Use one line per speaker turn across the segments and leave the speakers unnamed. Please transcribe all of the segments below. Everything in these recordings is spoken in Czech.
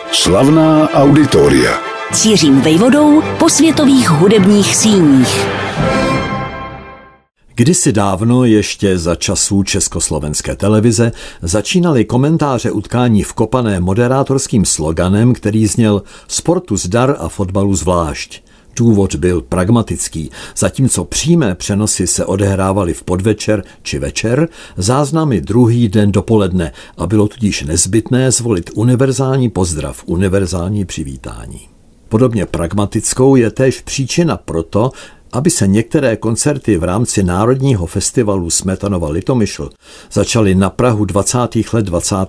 Slavná auditoria.
Cířím vejvodou po světových hudebních síních.
Kdysi dávno, ještě za časů Československé televize, začínaly komentáře utkání vkopané moderátorským sloganem, který zněl "Sportu zdar a fotbalu zvlášť". Důvod byl pragmatický. Zatímco přímé přenosy se odehrávaly v podvečer či večer, záznamy druhý den dopoledne a bylo tudíž nezbytné zvolit univerzální pozdrav, univerzální přivítání. Podobně pragmatickou je též příčina proto, aby se některé koncerty v rámci Národního festivalu Smetanova Litomyšl začaly na prahu 20. let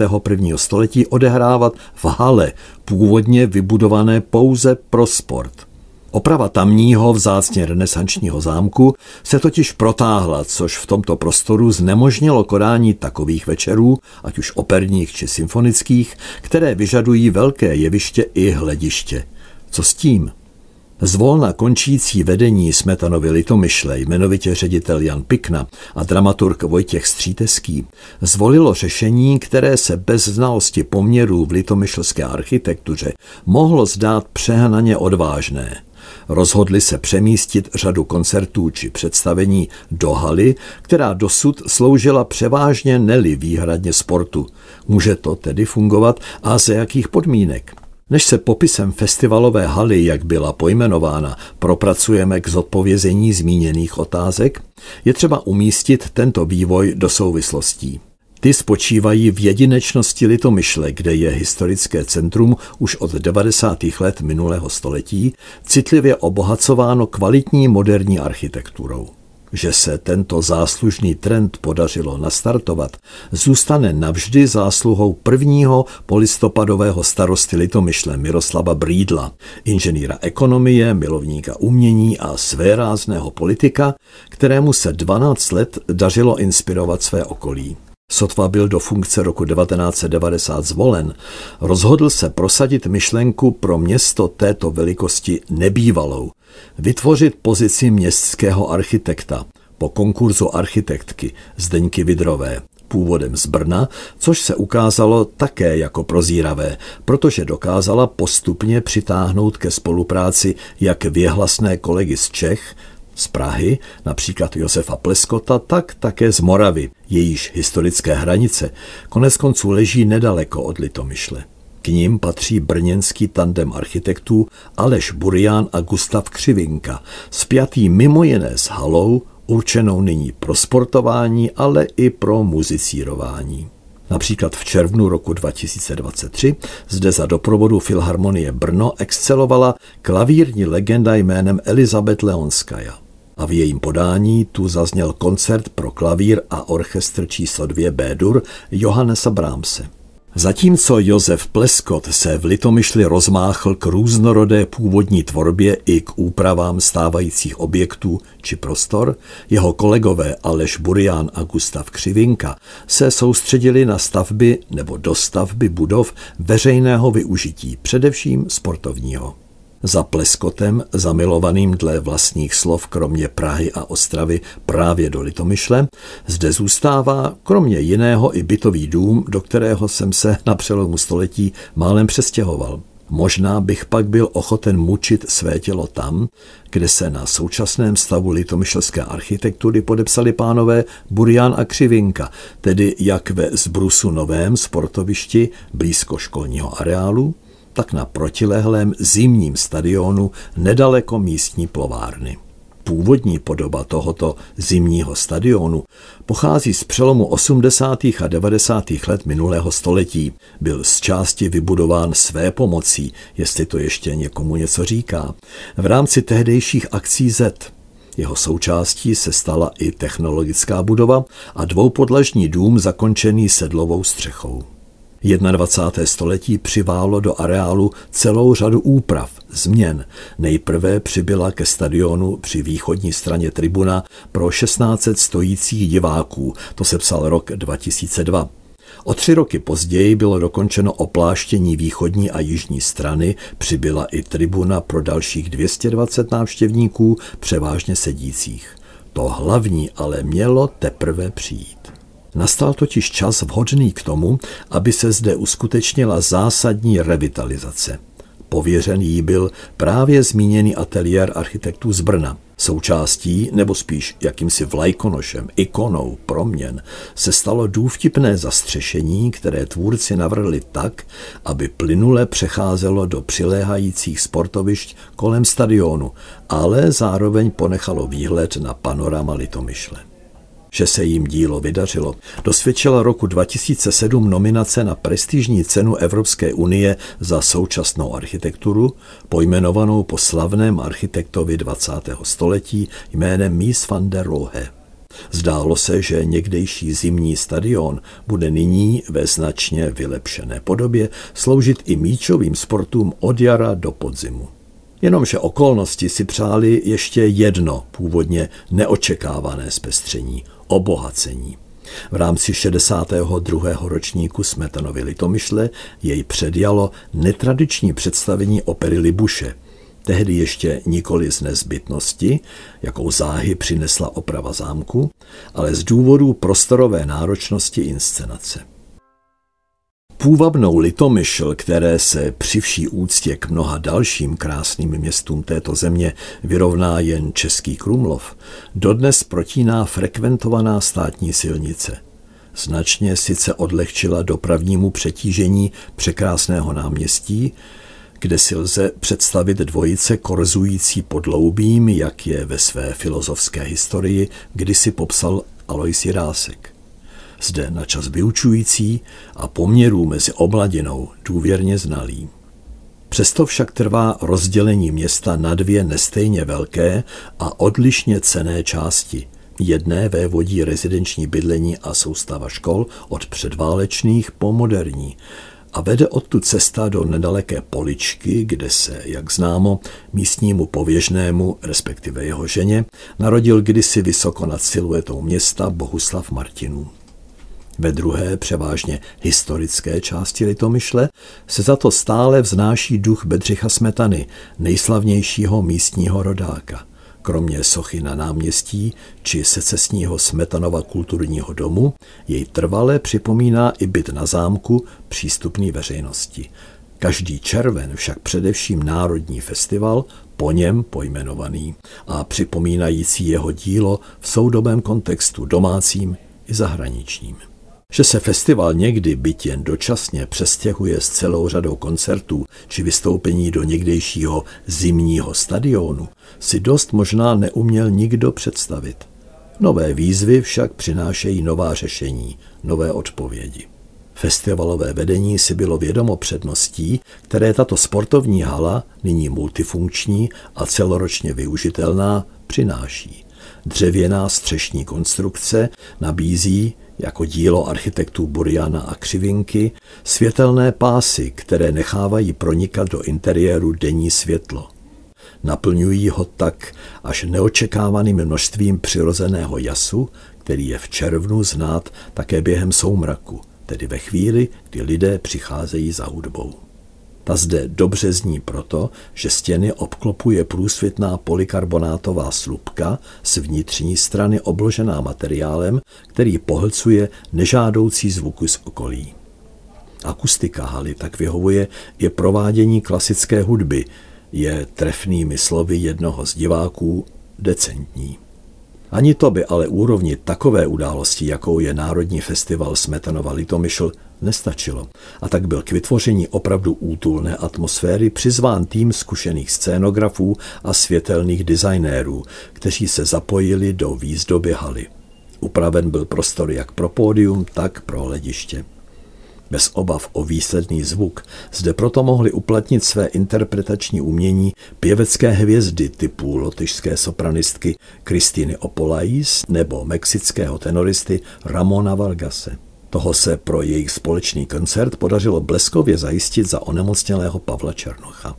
21. století odehrávat v hale, původně vybudované pouze pro sport. Oprava tamního vzácně renesančního zámku se totiž protáhla, což v tomto prostoru znemožnilo konání takových večerů, ať už operních či symfonických, které vyžadují velké jeviště i hlediště. Co s tím? Zvolna končící vedení Smetanovy Litomyšle, jmenovitě ředitel Jan Pikna a dramaturg Vojtěch Stříteský, zvolilo řešení, které se bez znalosti poměrů v litomyšlské architektuře mohlo zdát přehnaně odvážné. Rozhodli se přemístit řadu koncertů či představení do haly, která dosud sloužila převážně neli výhradně sportu. Může to tedy fungovat a za jakých podmínek? Než se popisem festivalové haly, jak byla pojmenována, propracujeme k zodpovězení zmíněných otázek, je třeba umístit tento vývoj do souvislostí. Ty spočívají v jedinečnosti Litomyšle, kde je historické centrum už od 90. let minulého století citlivě obohacováno kvalitní moderní architekturou. Že se tento záslužný trend podařilo nastartovat, zůstane navždy zásluhou prvního polistopadového starosty Litomyšle Miroslava Brýdla, inženýra ekonomie, milovníka umění a svérázného politika, kterému se 12 let dařilo inspirovat své okolí. Sotva byl do funkce roku 1990 zvolen, rozhodl se prosadit myšlenku pro město této velikosti nebývalou, vytvořit pozici městského architekta po konkurzu architektky Zdeňky Vidrové, původem z Brna, což se ukázalo také jako prozíravé, protože dokázala postupně přitáhnout ke spolupráci jak věhlasné kolegy z Čech, z Prahy, například Josefa Pleskota, tak také z Moravy, jejíž historické hranice koneckonců leží nedaleko od Litomyšle. K nim patří brněnský tandem architektů Aleš Burian a Gustav Křivinka, spjatý mimo jiné s halou, určenou nyní pro sportování, ale i pro muzicírování. Například v červnu roku 2023 zde za doprovodu Filharmonie Brno excelovala klavírní legenda jménem Elizabeth Leonskaja. A v jejím podání tu zazněl koncert pro klavír a orchestr číslo 2 B-dur Johannesa Brahmse. Zatímco Josef Pleskot se v Litomyšli rozmáchl k různorodé původní tvorbě i k úpravám stávajících objektů či prostor, jeho kolegové Aleš Burian a Gustav Křivinka se soustředili na stavby nebo dostavby budov veřejného využití, především sportovního. Za Pleskotem, zamilovaným dle vlastních slov kromě Prahy a Ostravy právě do Litomyšle, zde zůstává kromě jiného i bytový dům, do kterého jsem se na přelomu století málem přestěhoval. Možná bych pak byl ochoten mučit své tělo tam, kde se na současném stavu litomyšlské architektury podepsali pánové Burian a Křivinka, tedy jak ve Zbrusu novém sportovišti blízko školního areálu, tak na protilehlém zimním stadionu nedaleko místní plovárny. Původní podoba tohoto zimního stadionu pochází z přelomu 80. a 90. let minulého století. Byl z části vybudován své pomocí, jestli to ještě někomu něco říká, v rámci tehdejších akcí Z. Jeho součástí se stala i technologická budova a dvoupodlažní dům zakončený sedlovou střechou. 21. století přiválo do areálu celou řadu úprav, změn. Nejprve přibyla ke stadionu při východní straně tribuna pro 1600 stojících diváků, to se psal rok 2002. O 3 roky později bylo dokončeno opláštění východní a jižní strany, přibyla i tribuna pro dalších 220 návštěvníků, převážně sedících. To hlavní ale mělo teprve přijít. Nastal totiž čas vhodný k tomu, aby se zde uskutečnila zásadní revitalizace. Pověřen jí byl právě zmíněný ateliér architektů z Brna. Součástí, nebo spíš jakýmsi vlajkonošem, ikonou proměn, se stalo důvtipné zastřešení, které tvůrci navrhli tak, aby plynule přecházelo do přiléhajících sportovišť kolem stadionu, ale zároveň ponechalo výhled na panorama Litomyšle. Že se jim dílo vydařilo, dosvědčila roku 2007 nominace na prestižní cenu Evropské unie za současnou architekturu, pojmenovanou po slavném architektovi 20. století jménem Mies van der Rohe. Zdálo se, že někdejší zimní stadion bude nyní ve značně vylepšené podobě sloužit i míčovým sportům od jara do podzimu. Jenomže okolnosti si přáli ještě jedno původně neočekávané zpestření – obohacení. V rámci 62. ročníku Smetanovy Litomyšle jej předjalo netradiční představení opery Libuše, tehdy ještě nikoli z nezbytnosti, jakou záhy přinesla oprava zámku, ale z důvodu prostorové náročnosti inscenace. Půvabnou Litomyšl, které se při vší úctě k mnoha dalším krásným městům této země vyrovná jen Český Krumlov, dodnes protíná frekventovaná státní silnice. Značně sice odlehčila dopravnímu přetížení překrásného náměstí, kde si lze představit dvojice korzující pod Loubím, jak je ve své filozofské historii kdysi popsal Alois Jirásek. Zde načas vyučující a poměrů mezi obladinou důvěrně znalý. Přesto však trvá rozdělení města na dvě nestejně velké a odlišně cenné části. Jedné vévodí rezidenční bydlení a soustava škol od předválečných po moderní a vede odtud cesta do nedaleké Poličky, kde se, jak známo, místnímu pověžnému, respektive jeho ženě, narodil kdysi vysoko nad siluetou města Bohuslav Martinů. Ve druhé, převážně historické části Litomyšle, se za to stále vznáší duch Bedřicha Smetany, nejslavnějšího místního rodáka. Kromě sochy na náměstí či secesního Smetanova kulturního domu, jej trvale připomíná i byt na zámku přístupný veřejnosti. Každý červen však především národní festival, po něm pojmenovaný a připomínající jeho dílo v soudobém kontextu domácím i zahraničním. Že se festival někdy, byť jen dočasně, přestěhuje s celou řadou koncertů či vystoupení do někdejšího zimního stadionu, si dost možná neuměl nikdo představit. Nové výzvy však přinášejí nová řešení, nové odpovědi. Festivalové vedení si bylo vědomo předností, které tato sportovní hala, nyní multifunkční a celoročně využitelná, přináší. Dřevěná střešní konstrukce nabízí, jako dílo architektů Buriana a Křivinky, světelné pásy, které nechávají pronikat do interiéru denní světlo. Naplňují ho tak až neočekávaným množstvím přirozeného jasu, který je v červnu znát také během soumraku, tedy ve chvíli, kdy lidé přicházejí za hudbou. Ta zde dobře zní proto, že stěny obklopuje průsvitná polykarbonátová slupka z vnitřní strany obložená materiálem, který pohlcuje nežádoucí zvuky z okolí. Akustika haly tak vyhovuje i provádění klasické hudby, je trefnými slovy jednoho z diváků decentní. Ani to by ale úrovni takové události, jakou je Národní festival Smetanova Litomyšl, nestačilo. A tak byl k vytvoření opravdu útulné atmosféry přizván tým zkušených scénografů a světelných designérů, kteří se zapojili do výzdoby haly. Upraven byl prostor jak pro pódium, tak pro hlediště. Bez obav o výsledný zvuk zde proto mohli uplatnit své interpretační umění pěvecké hvězdy typu lotyšské sopranistky Kristýny Opolais nebo mexického tenoristy Ramona Vargase. Toho se pro jejich společný koncert podařilo bleskově zajistit za onemocnělého Pavla Černocha.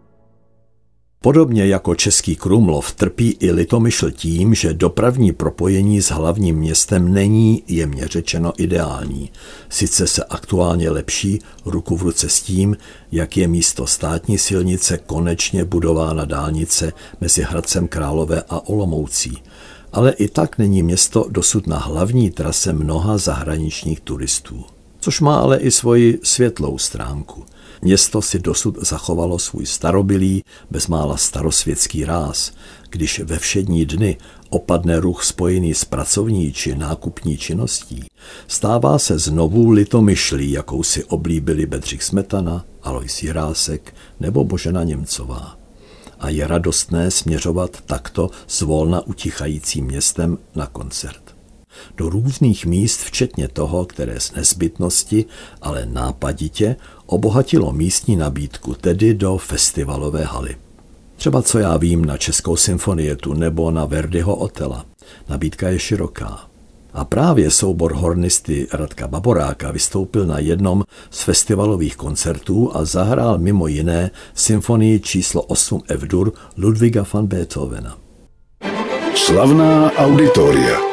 Podobně jako Český Krumlov trpí i Litomyšl tím, že dopravní propojení s hlavním městem není, jemně řečeno, ideální. Sice se aktuálně lepší ruku v ruce s tím, jak je místo státní silnice konečně budována dálnice mezi Hradcem Králové a Olomoucí, Ale i tak není město dosud na hlavní trase mnoha zahraničních turistů. Což má ale i svoji světlou stránku. Město si dosud zachovalo svůj starobylý, bezmála starosvětský ráz. Když ve všední dny opadne ruch spojený s pracovní či nákupní činností, stává se znovu litomyšlí, jakou si oblíbili Bedřich Smetana, Alois Jirásek nebo Božena Němcová. A je radostné směřovat takto zvolna utichajícím městem na koncert. Do různých míst, včetně toho, které z nezbytnosti, ale nápaditě obohatilo místní nabídku, tedy do festivalové haly. Třeba co já vím na Českou symfonietu nebo na Verdiho Otela. Nabídka je široká. A právě soubor hornisty Radka Baboráka vystoupil na jednom z festivalových koncertů a zahrál mimo jiné symfonii číslo 8 F-dur Ludwiga van Beethovena.
Slavná auditoria.